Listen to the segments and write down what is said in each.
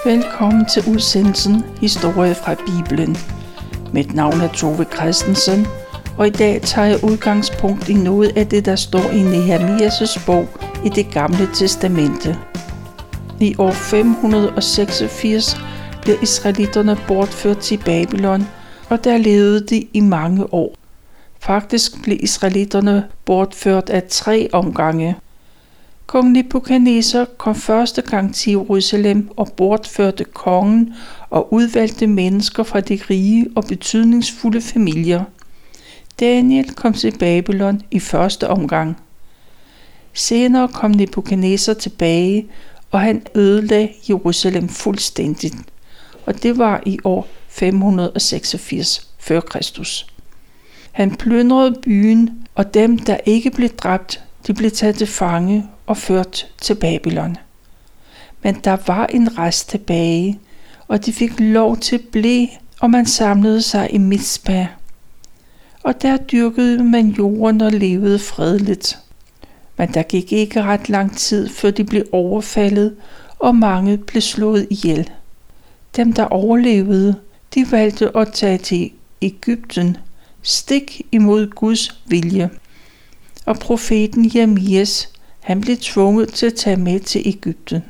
Velkommen til udsendelsen Historie fra Bibelen. Mit navn er Tove Christensen, og i dag tager jeg udgangspunkt i noget af det, der står i Nehemias' bog i Det Gamle Testamente. I år 586 blev israelitterne bortført til Babylon, og der levede de i mange år. Faktisk blev israelitterne bortført af 3 omgange. Kong Nebukadnesar kom første gang til Jerusalem og bortførte kongen og udvalgte mennesker fra de rige og betydningsfulde familier. Daniel kom til Babylon i første omgang. Senere kom Nebukadnesar tilbage, og han ødelagde Jerusalem fuldstændigt. Og det var i år 586 f.Kr. Han plyndrede byen, og dem, der ikke blev dræbt, de blev taget til fange og ført til Babylon. Men der var en rest tilbage, og de fik lov til at blive, og man samlede sig i Mizpah. Og der dyrkede man jorden og levede fredeligt. Men der gik ikke ret lang tid, før de blev overfaldet, og mange blev slået ihjel. Dem, der overlevede, de valgte at tage til Egypten, stik imod Guds vilje. Og profeten Jeremias, han blev tvunget til at tage med til Egypten.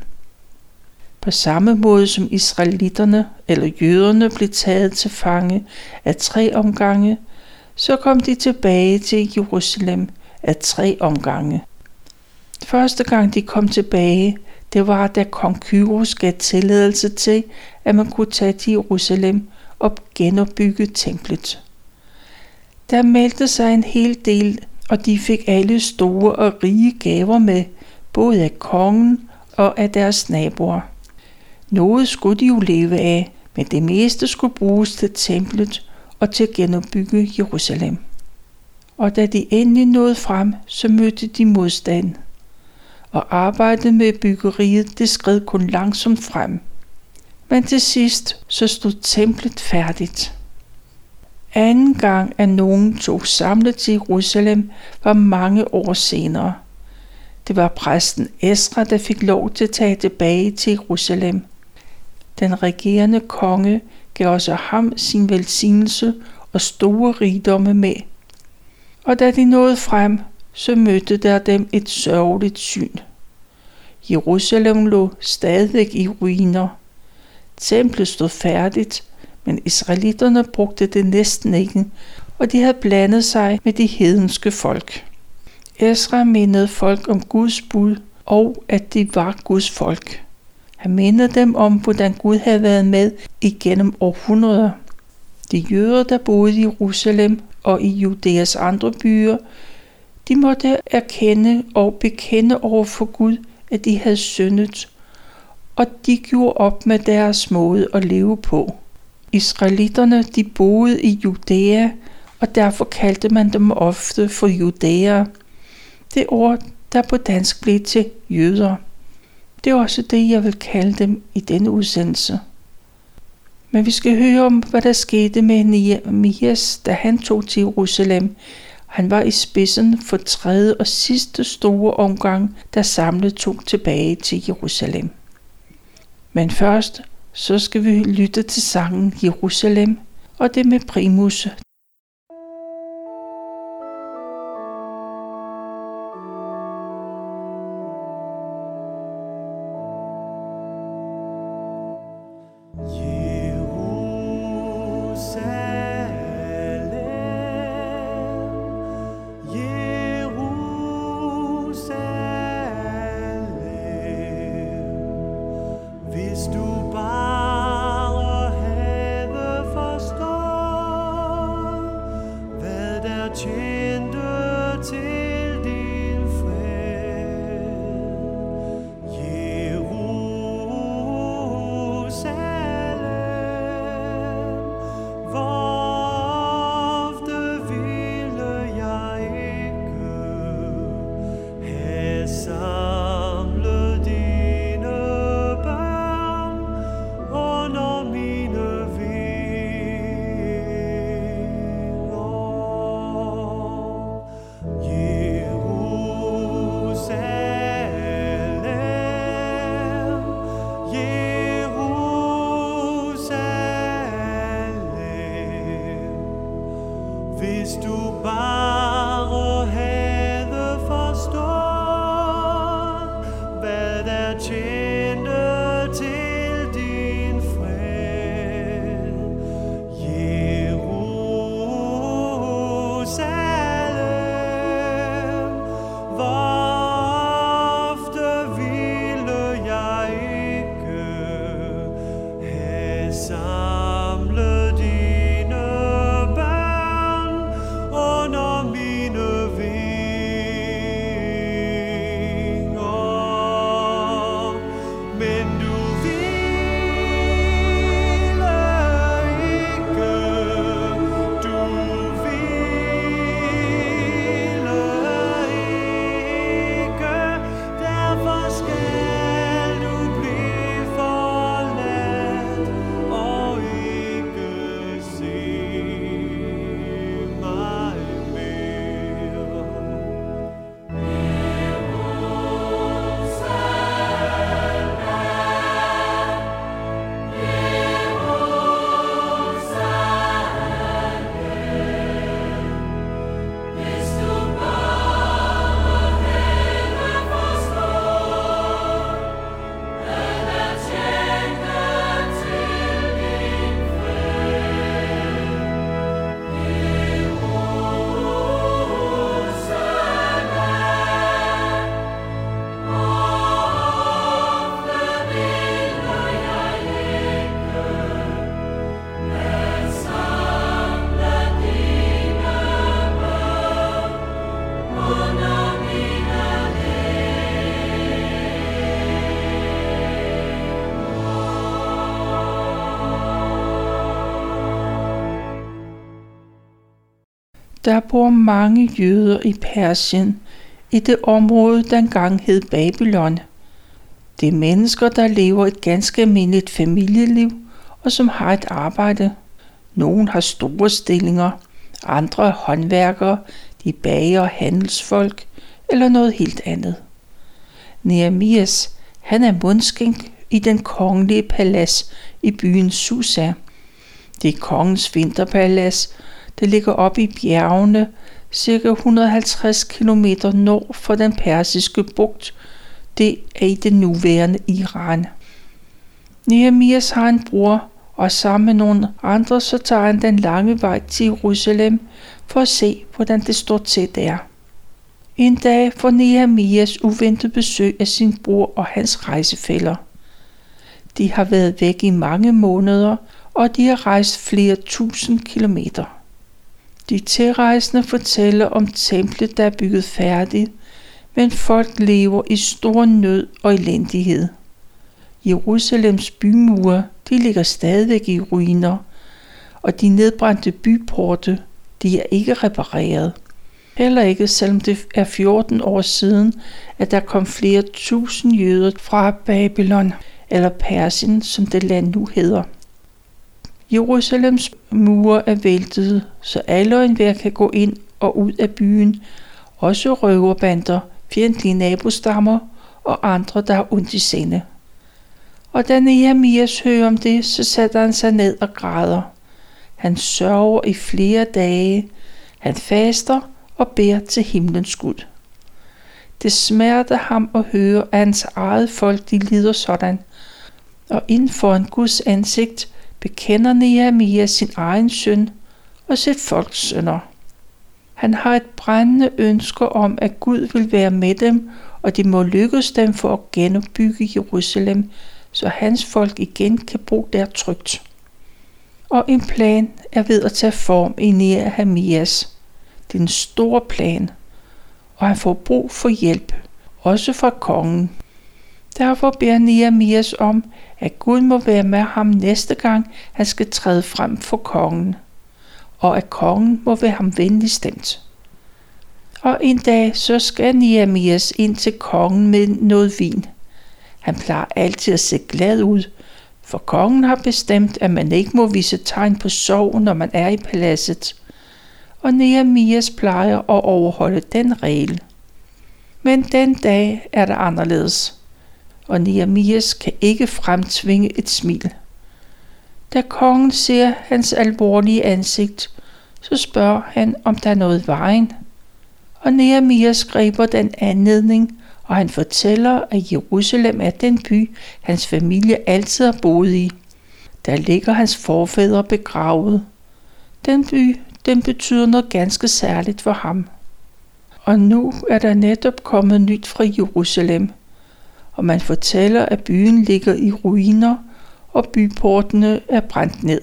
På samme måde som israelitterne eller jøderne blev taget til fange af 3 omgange, så kom de tilbage til Jerusalem af 3 omgange. Første gang de kom tilbage, det var da kong Kyros gav tilladelse til, at man kunne tage til Jerusalem og genopbygge templet. Der meldte sig en hel del, og de fik alle store og rige gaver med, både af kongen og af deres naboer. Noget skulle de jo leve af, men det meste skulle bruges til templet og til at genopbygge Jerusalem. Og da de endelig nåede frem, så mødte de modstand. Og arbejdet med byggeriet, det skred kun langsomt frem. Men til sidst, så stod templet færdigt. Anden gang, at nogen tog samlet til Jerusalem, var mange år senere. Det var præsten Esra, der fik lov til at tage tilbage til Jerusalem. Den regerende konge gav også ham sin velsignelse og store rigdomme med. Og da de nåede frem, så mødte der dem et sørgeligt syn. Jerusalem lå stadig i ruiner. Templet stod færdigt, men israelitterne brugte det næsten ikke, og de havde blandet sig med de hedenske folk. Esra mindede folk om Guds bud, og at de var Guds folk. Han mindede dem om, hvordan Gud havde været med igennem århundreder. De jøder, der boede i Jerusalem og i Judæas andre byer, de måtte erkende og bekende over for Gud, at de havde syndet, og de gjorde op med deres måde at leve på. Israelitterne, de boede i Judæa, og derfor kaldte man dem ofte for judæere. Det ord, der på dansk blev til jøder. Det er også det, jeg vil kalde dem i denne udsendelse. Men vi skal høre om, hvad der skete med Nehemias, da han tog til Jerusalem. Han var i spidsen for 3. og sidste store omgang, der samlet tog tilbage til Jerusalem. Men først, så skal vi lytte til sangen Jerusalem, og det med Primus. Hvis du bare havde forstået Hvis du bare havde forstået, hvad der tjente til din fred. Jerusalem, hvor ofte ville jeg ikke have samlet dine børn under mine vinger. Men du ville ikke, du ville ikke, derfor skal du blive forladt og ikke se mig mere. Der bor mange jøder i Persien, i det område, der engang hed Babylon. Det er mennesker, der lever et ganske almindeligt familieliv, og som har et arbejde. Nogle har store stillinger, andre er håndværkere, de bager, handelsfolk eller noget helt andet. Nehemias, han er mundskænk i den kongelige palads i byen Susa. Det er kongens vinterpalads, det ligger oppe i bjergene, ca. 150 km nord for den persiske bugt. Det er i det nuværende Iran. Nehemias har en bror, og sammen med nogle andre, så tager han den lange vej til Jerusalem for at se, hvordan det står til der. En dag får Nehemias uventet besøg af sin bror og hans rejsefæller. De har været væk i mange måneder, og de har rejst flere tusind kilometer. De tilrejsende fortæller om templet, der er bygget færdigt, men folk lever i stor nød og elendighed. Jerusalems bymure, de ligger stadigvæk i ruiner, og de nedbrændte byporte, de er ikke repareret. Heller ikke, selvom det er 14 år siden, at der kom flere tusind jøder fra Babylon, eller Persien, som det land nu hedder. Jerusalems mure er væltet, så alle og enhver kan gå ind og ud af byen, også røverbander, fjendtlige nabostammer og andre, der har ondt i sinde. Og da Nehemias hører om det, så sætter han sig ned og græder. Han sørger i flere dage, han faster og beder til himlens Gud. Det smerter ham at høre, at hans eget folk de lider sådan, og inden for en Guds ansigt bekender Nehemia sin egen synd og sit folks synder. Han har et brændende ønske om, at Gud vil være med dem, og det må lykkes dem for at genopbygge Jerusalem, så hans folk igen kan bo der trygt. Og en plan er ved at tage form i Nehemias. Det er en stor plan, og han får brug for hjælp, også fra kongen. Derfor beder Nehemias om, at Gud må være med ham næste gang, han skal træde frem for kongen, og at kongen må være ham venlig stemt. Og en dag så skal Nehemias ind til kongen med noget vin. Han plejer altid at se glad ud, for kongen har bestemt, at man ikke må vise tegn på sorg, når man er i paladset. Og Nehemias plejer at overholde den regel. Men den dag er det anderledes, og Nehemias kan ikke fremtvinge et smil. Da kongen ser hans alvorlige ansigt, Så spørger han, om der er noget i vejen. Og Nehemias griber den anledning, og han fortæller, at Jerusalem er den by, hans familie altid har boet i. Der ligger hans forfædre begravet. Den by, den betyder noget ganske særligt for ham. Og nu er der netop kommet nyt fra Jerusalem, og man fortæller, at byen ligger i ruiner, og byportene er brændt ned.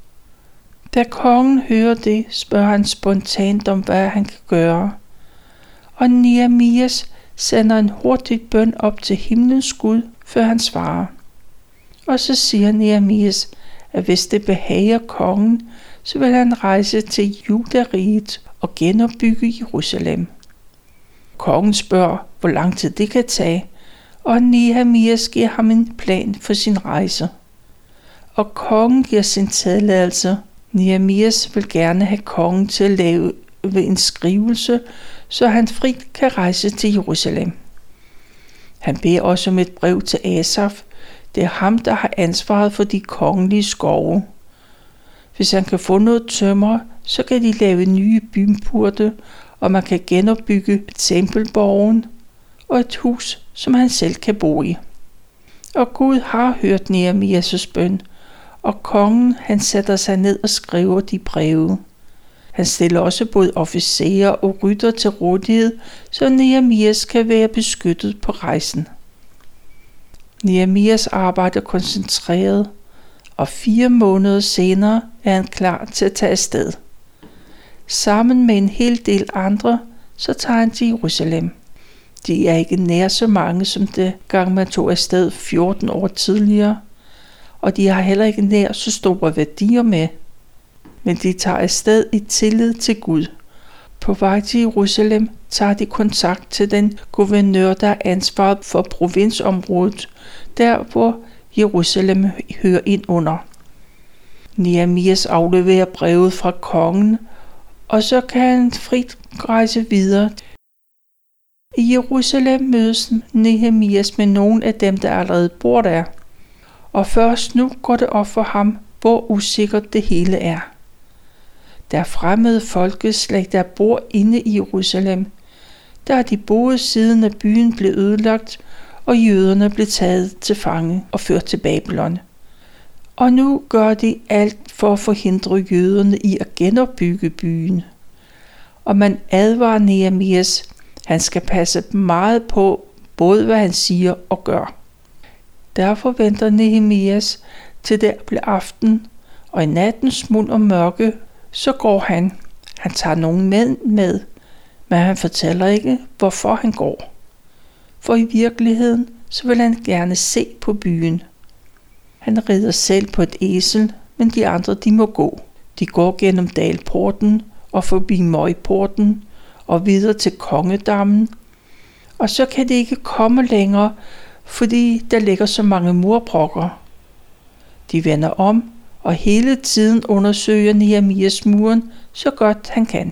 Da kongen hører det, spørger han spontant om, hvad han kan gøre. Og Nehemias sender en hurtig bøn op til himlens Gud, før han svarer. Og så siger Nehemias, at hvis det behager kongen, så vil han rejse til Judariget og genopbygge Jerusalem. Kongen spørger, hvor lang tid det kan tage, og Nehemias giver ham en plan for sin rejse. Og kongen giver sin tilladelse. Nehemias vil gerne have kongen til at lave en skrivelse, så han frit kan rejse til Jerusalem. Han beder også om et brev til Asaf. Det er ham, der har ansvaret for de kongelige skove. Hvis han kan få noget tømmer, så kan de lave nye byporte, og man kan genopbygge tempelborgen og et hus, som han selv kan bo i. Og Gud har hørt Nehemias' bøn, og kongen han sætter sig ned og skriver de breve. Han stiller også både officerer og rytter til rådighed, så Nehemias kan være beskyttet på rejsen. Nehemias arbejder koncentreret, og 4 måneder senere er han klar til at tage afsted. Sammen med en hel del andre, så tager han til Jerusalem. De er ikke nær så mange, som det gang man tog afsted 14 år tidligere, og de har heller ikke nær så store værdier med. Men de tager afsted i tillid til Gud. På vej til Jerusalem tager de kontakt til den guvernør, der er ansvaret for provinsområdet, der hvor Jerusalem hører ind under. Nehemias afleverer brevet fra kongen, og så kan han frit rejse videre. I Jerusalem mødes Nehemias med nogle af dem, der allerede bor der. Og først nu går det op for ham, hvor usikkert det hele er. Der er fremmede folkeslag, der bor inde i Jerusalem. Der er de boet siden, at byen blev ødelagt, og jøderne blev taget til fange og ført til Babylon. Og nu gør de alt for at forhindre jøderne i at genopbygge byen. Og man advarer Nehemias, han skal passe meget på både hvad han siger og gør. Derfor venter Nehemias til det bliver aften, og i nattens smuld og mørke, så går han. Han tager nogen med, men han fortæller ikke, hvorfor han går. For i virkeligheden, så vil han gerne se på byen. Han rider selv på et æsel, men de andre, de må gå. De går gennem dalporten og forbi møgporten og videre til Kongedammen. Og så kan de ikke komme længere, fordi der ligger så mange murbrokker. De vender om, og hele tiden undersøger Nehemias muren så godt han kan.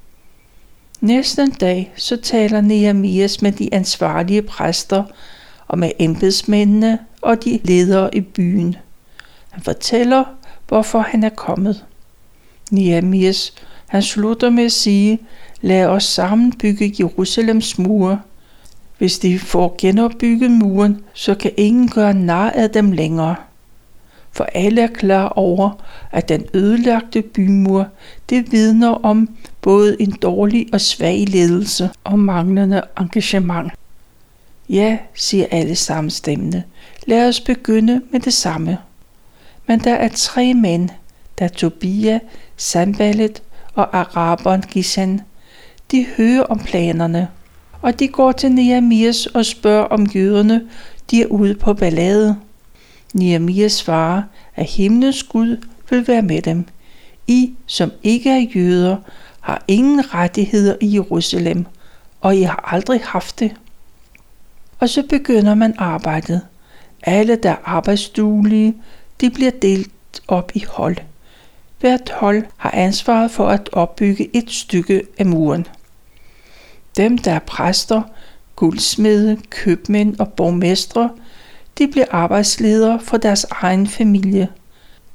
Næste dag så taler Nehemias med de ansvarlige præster og med embedsmændene og de ledere i byen. Han fortæller, hvorfor han er kommet. Nehemias, han slutter med at sige, lad os sammen bygge Jerusalems mure. Hvis de får genopbygget muren, så kan ingen gøre nar af dem længere. For alle er klar over, at den ødelagte bymur, det vidner om både en dårlig og svag ledelse og manglende engagement. Ja, siger alle samstemmende. Lad os begynde med det samme. Men der er 3 mænd, der Tobia, Sanballat og araberen Gesem. De hører om planerne, og de går til Nehemias og spørger om jøderne, de er ude på ballade. Nehemias svarer, at himlens Gud vil være med dem. I, som ikke er jøder, har ingen rettigheder i Jerusalem, og I har aldrig haft det. Og så begynder man arbejdet. Alle, der er arbejdsduelige, de bliver delt op i hold. Hvert hold har ansvaret for at opbygge et stykke af muren. Dem, der er præster, guldsmede, købmænd og borgmestre, de bliver arbejdsledere for deres egen familie.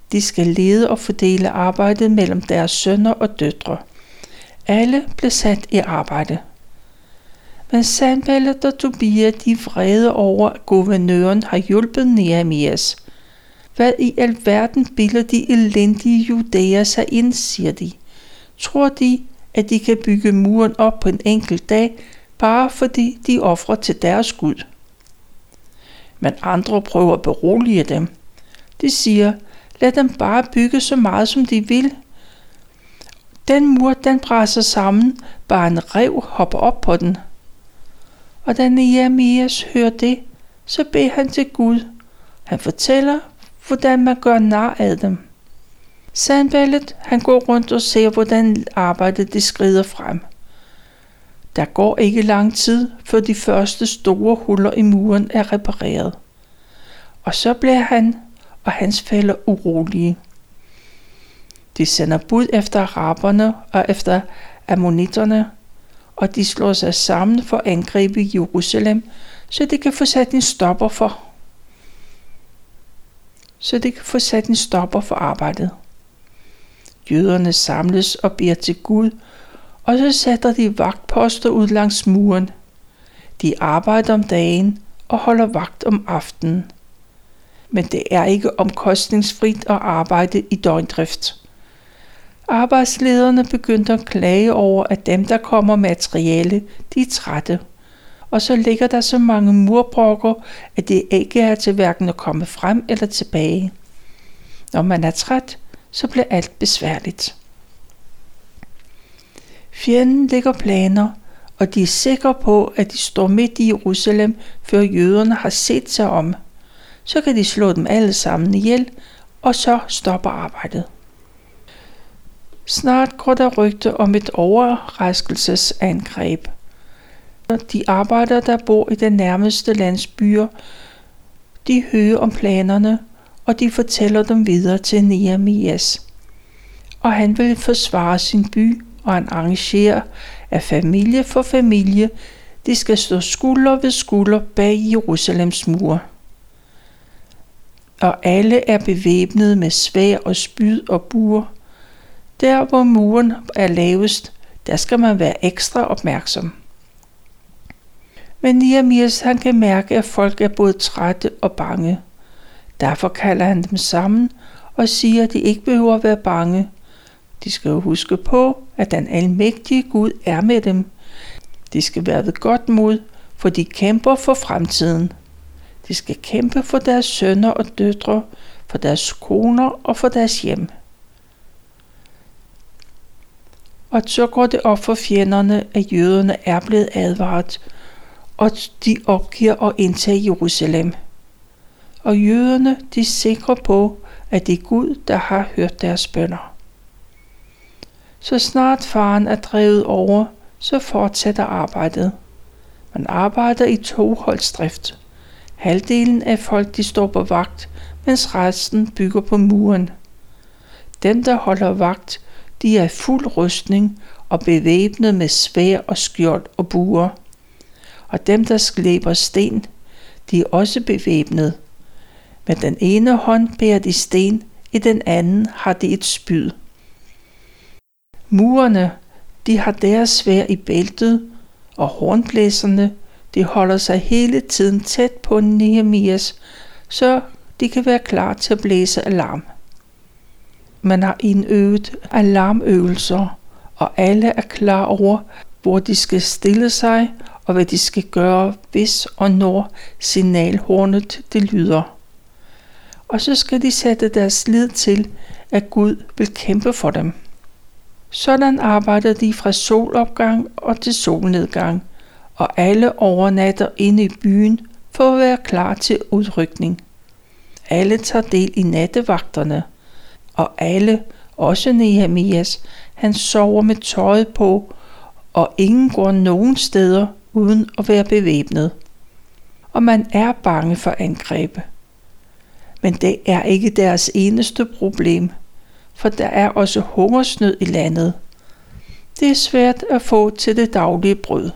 De skal lede og fordele arbejdet mellem deres sønner og døtre. Alle blev sat i arbejde. Men Sanballat og Tobia, de vrede over, at guvernøren har hjulpet Nehemias. Hvad i alverden bilder de elendige judæer sig ind, siger de. Tror de, at de kan bygge muren op på en enkelt dag, bare fordi de ofrer til deres Gud? Men andre prøver at berolige dem. De siger, lad dem bare bygge så meget som de vil. Den mur, den brænder sammen, bare en ræv hopper op på den. Og da Nehemias hører det, så beder han til Gud. Han fortæller, hvordan man gør nar af dem. Sanballat, han går rundt og ser, hvordan arbejdet det skrider frem. Der går ikke lang tid, før de første store huller i muren er repareret. Og så bliver han og hans fæller urolige. De sender bud efter araberne og efter ammonitterne, og de slår sig sammen for at angribe Jerusalem, så de kan få sat en stopper for arbejdet. Jøderne samles og beder til Gud, og så sætter de vagtposter ud langs muren. De arbejder om dagen og holder vagt om aftenen. Men det er ikke omkostningsfrit at arbejde i døgndrift. Arbejdslederne begyndte at klage over, at dem, der kommer materiale, de er trætte. Og så ligger der så mange murbrokker, at det ikke er til hverken at komme frem eller tilbage. Når man er træt, så bliver alt besværligt. Fjenden lægger planer, og de er sikre på, at de står midt i Jerusalem, før jøderne har set sig om. Så kan de slå dem alle sammen ihjel, og så stopper arbejdet. Snart går der rygte om et overraskelsesangreb. De arbejdere, der bor i den nærmeste landsbyer, de hører om planerne, og de fortæller dem videre til Nehemias. Og han vil forsvare sin by, og han arrangerer, at familie for familie, de skal stå skulder ved skulder bag Jerusalems mure. Og alle er bevæbnet med sværd og spyd og buer. Der hvor muren er lavest, der skal man være ekstra opmærksom. Men Nehemias, han kan mærke, at folk er både trætte og bange. Derfor kalder han dem sammen og siger, at de ikke behøver at være bange. De skal jo huske på, at den almægtige Gud er med dem. De skal være ved godt mod, for de kæmper for fremtiden. De skal kæmpe for deres sønner og døtre, for deres koner og for deres hjem. Og så går det op for fjenderne, at jøderne er blevet advaret, og de opgiver at indtage Jerusalem. Og jøderne, de er sikre på, at det er Gud, der har hørt deres bønner. Så snart faren er drevet over, så fortsætter arbejdet. Man arbejder i toholdsdrift. Halvdelen af folk, de står på vagt, mens resten bygger på muren. Dem, der holder vagt, de er i fuld rustning og bevæbnet med sværd og skjold og buer. Og dem, der slæber sten, de er også bevæbnet. Med den ene hånd bærer de sten, i den anden har de et spyd. Murerne, de har deres sværd i bæltet, og hornblæserne, de holder sig hele tiden tæt på Nehemias, så de kan være klar til at blæse alarm. Man har indøvet alarmøvelser, og alle er klar over, hvor de skal stille sig, og hvad de skal gøre, hvis og når signalhornet det lyder. Og så skal de sætte deres lid til, at Gud vil kæmpe for dem. Sådan arbejder de fra solopgang og til solnedgang, og alle overnatter inde i byen for at være klar til udrykning. Alle tager del i nattevagterne, og alle, også Nehemias, han sover med tøjet på, og ingen går nogen steder uden at være bevæbnet. Og man er bange for angreb. Men det er ikke deres eneste problem, for der er også hungersnød i landet. Det er svært at få til det daglige brød.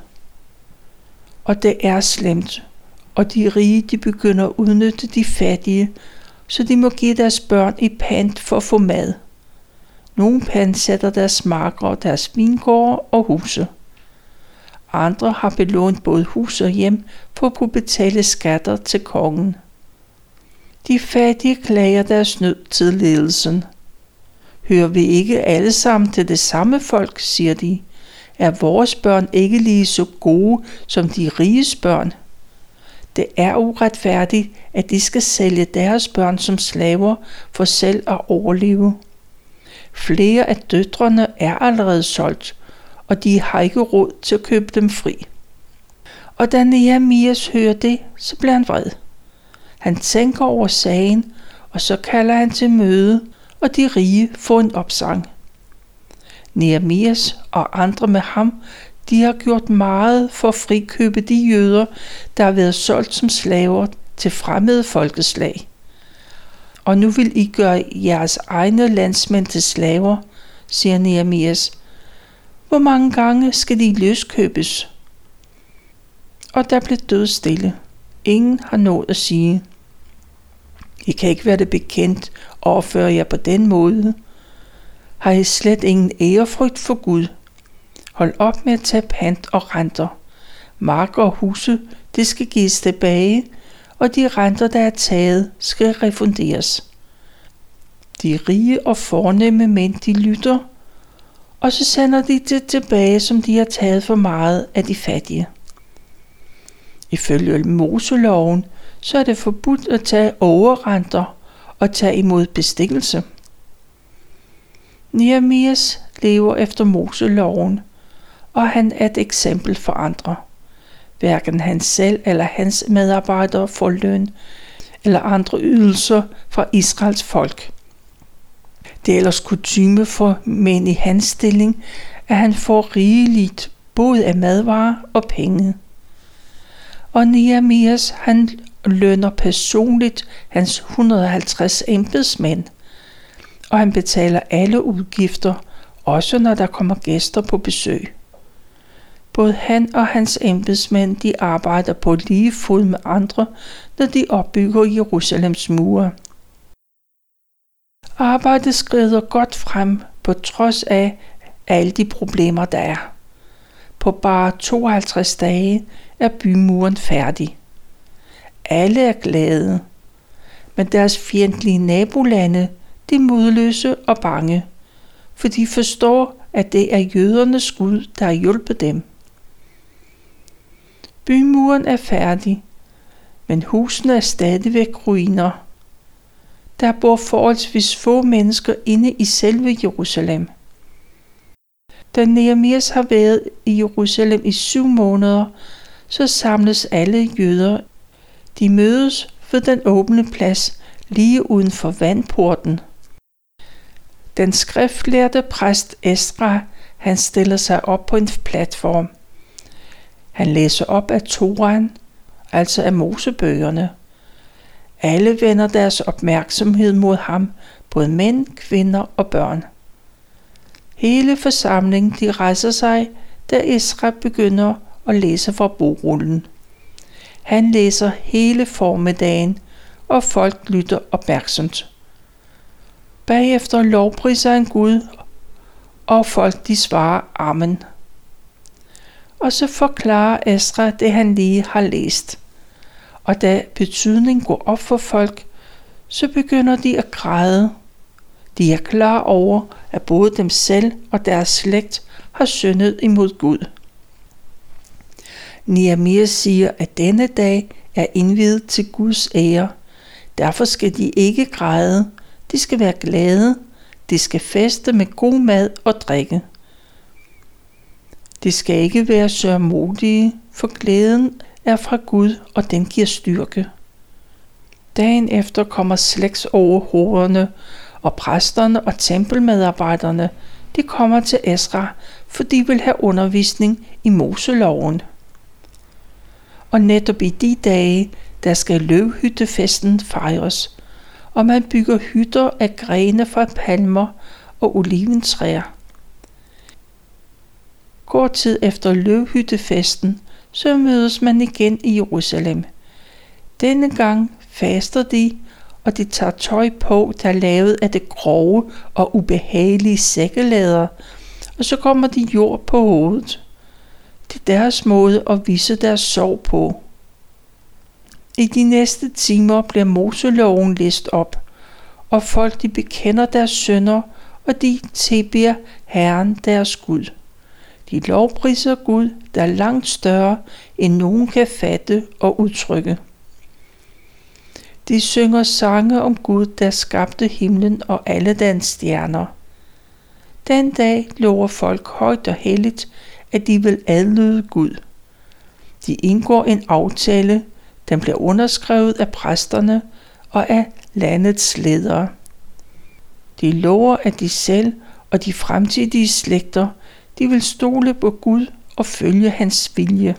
Og det er slemt, og de rige, de begynder at udnytte de fattige, så de må give deres børn i pant for at få mad. Nogle pantsætter deres marker, deres vingårde og huse. Andre har belånt både hus og hjem for at kunne betale skatter til kongen. De fattige klager deres nød til ledelsen. Hører vi ikke alle sammen til det samme folk, siger de. Er vores børn ikke lige så gode som de riges børn? Det er uretfærdigt, at de skal sælge deres børn som slaver for selv at overleve. Flere af døtrene er allerede solgt, og de har ikke råd til at købe dem fri. Og da Nehemias hører det, så bliver han vred. Han tænker over sagen, og så kalder han til møde, og de rige får en opsang. Nehemias og andre med ham, de har gjort meget for at frikøbe de jøder, der har været solgt som slaver til fremmede folkeslag. Og nu vil I gøre jeres egne landsmænd til slaver, siger Nehemias. Hvor mange gange skal de løskøbes? Og der blev dødstille. Ingen har nået at sige. I kan ikke være det bekendt og opføre jer på den måde. Har I slet ingen ærefrygt for Gud? Hold op med at tage pant og renter. Marker og huse, det skal gives tilbage, og de renter, der er taget, skal refunderes. De rige og fornemme mænd, de lytter, og så sender de det tilbage, som de har taget for meget af de fattige. Ifølge Moseloven, så er det forbudt at tage overrenter og tage imod bestikkelse. Nehemias lever efter Moseloven, og han er et eksempel for andre. Hverken han selv eller hans medarbejdere får løn eller andre ydelser fra Israels folk. Det er ellers kutyme for mænd i hans stilling, at han får rigeligt både af madvarer og penge. Og Nehemias, han lønner personligt hans 150 embedsmænd, og han betaler alle udgifter, også når der kommer gæster på besøg. Både han og hans embedsmænd, de arbejder på lige fod med andre, når de opbygger Jerusalems mure. Arbejdet skrider godt frem på trods af alle de problemer, der er. På bare 52 dage er bymuren færdig. Alle er glade, men deres fjendtlige nabolande, de er modløse og bange, for de forstår, at det er jødernes Gud, der har hjulpet dem. Bymuren er færdig, men husene er stadigvæk ruiner. Der bor forholdsvis få mennesker inde i selve Jerusalem. Da Nehemias har været i Jerusalem i 7 måneder, så samles alle jøder. De mødes ved den åbne plads lige uden for vandporten. Den skriftlærte præst Esra, han stiller sig op på en platform. Han læser op af Toraen, altså af Mosebøgerne. Alle vender deres opmærksomhed mod ham, både mænd, kvinder og børn. Hele forsamlingen, de rejser sig, da Esra begynder at læse fra bogrullen. Han læser hele formiddagen, og folk lytter opmærksomt. Bagefter lovpriser han Gud, og folk de svarer amen. Og så forklarer Esra det, han lige har læst. Og da betydningen går op for folk, så begynder de at græde. De er klar over, at både dem selv og deres slægt har syndet imod Gud. Nehemias siger, at denne dag er indviet til Guds ære. Derfor skal de ikke græde. De skal være glade. De skal feste med god mad og drikke. De skal ikke være sørgmodige, for glæden er fra Gud, og den giver styrke. Dagen efter kommer slægtsoverhovederne, og præsterne og tempelmedarbejderne, de kommer til Esra, for de vil have undervisning i Moseloven. Og netop i de dage, der skal løvhyttefesten fejres, og man bygger hytter af grene fra palmer og oliventræer. Kort tid efter løvhyttefesten, så mødes man igen i Jerusalem. Denne gang faster de, og de tager tøj på, der er lavet af det grove og ubehagelige sækkelæder, og så kommer de jord på hovedet. Det er deres måde at vise deres sorg på. I de næste timer bliver Moseloven læst op, og folk de bekender deres synder, og de tilbeder Herren deres Gud. De lovpriser Gud, der er langt større, end nogen kan fatte og udtrykke. De synger sange om Gud, der skabte himlen og alle dens stjerner. Den dag lover folk højt og helligt, at de vil adlyde Gud. De indgår en aftale, den bliver underskrevet af præsterne og af landets ledere. De lover, at de selv og de fremtidige slægter, de vil stole på Gud og følge hans vilje.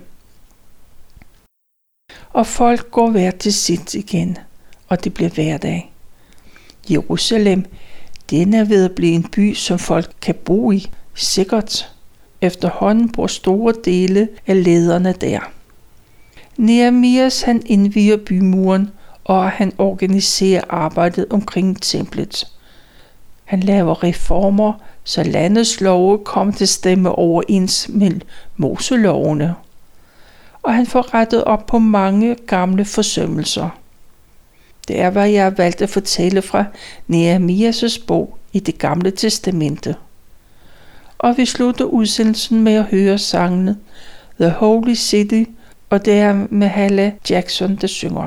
Og folk går hver til sit igen, og det bliver hverdag. Jerusalem, den er ved at blive en by, som folk kan bo i, sikkert. Efterhånden bor store dele af lederne der. Nehemias han indviger bymuren, og han organiserer arbejdet omkring templet. Han laver reformer, så landets love kommer til stemme overens med Moselovene. Og han får rettet op på mange gamle forsømmelser. Det er, hvad jeg har valgt at fortælle fra Nehemias' bog i Det Gamle Testamente. Og vi slutter udsendelsen med at høre sangene The Holy City, og det er Mahalia Jackson, der synger.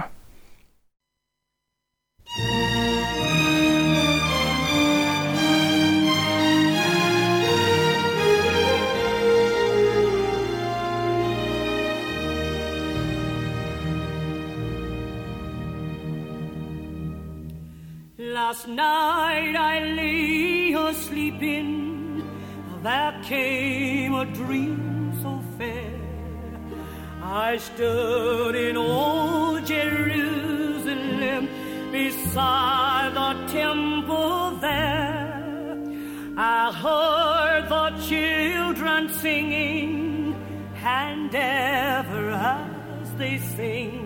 Last night I lay asleeping, there came a dream so fair. I stood in old Jerusalem, beside the temple there. I heard the children singing, and ever as they sing,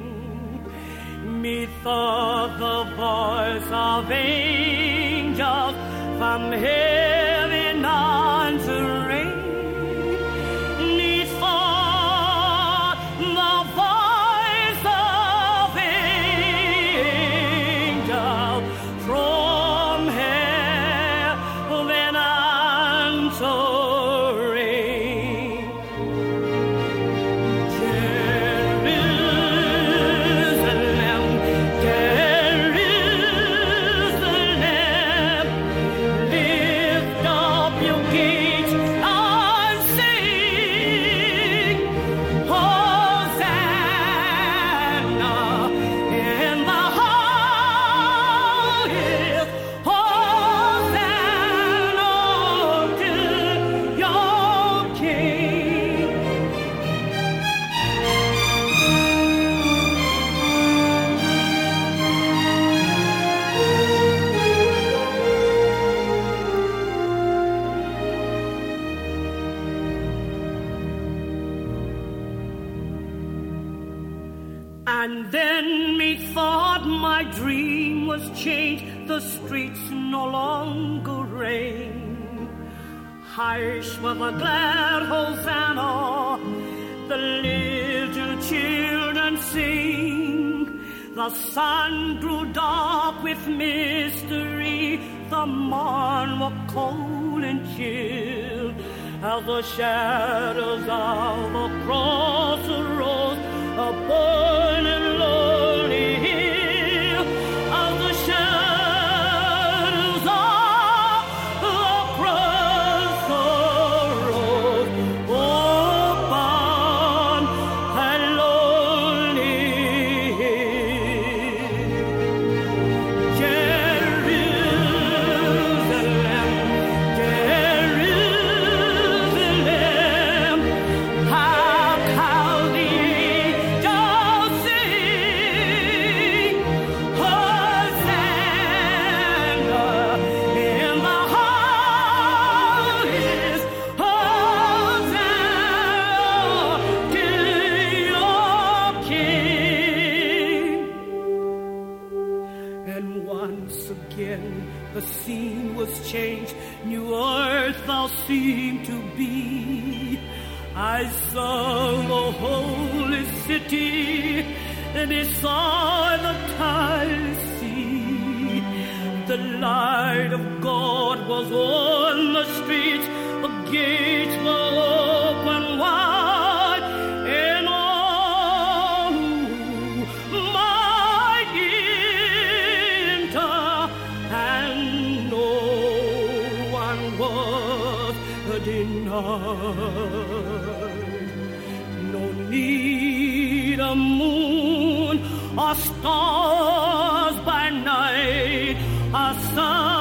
methought the voice of angels from heaven answering. Methought the voice of angels from heaven answering. And then methought my dream was changed, the streets no longer rain. Hush with a glad hosanna, the little children sing. The sun grew dark with mystery, the morn was cold and chill, as the shadows of the cross arose upon a lonely hill, as the shadows of the cross arose upon a lonely hill. Jerusalem, Jerusalem, how the angels now seemed to be. I saw the holy city beside the tide sea. The light of God was on the streets, the gates were open wide, and all who might enter, and no one was denied. No need a moon or stars by night, a sun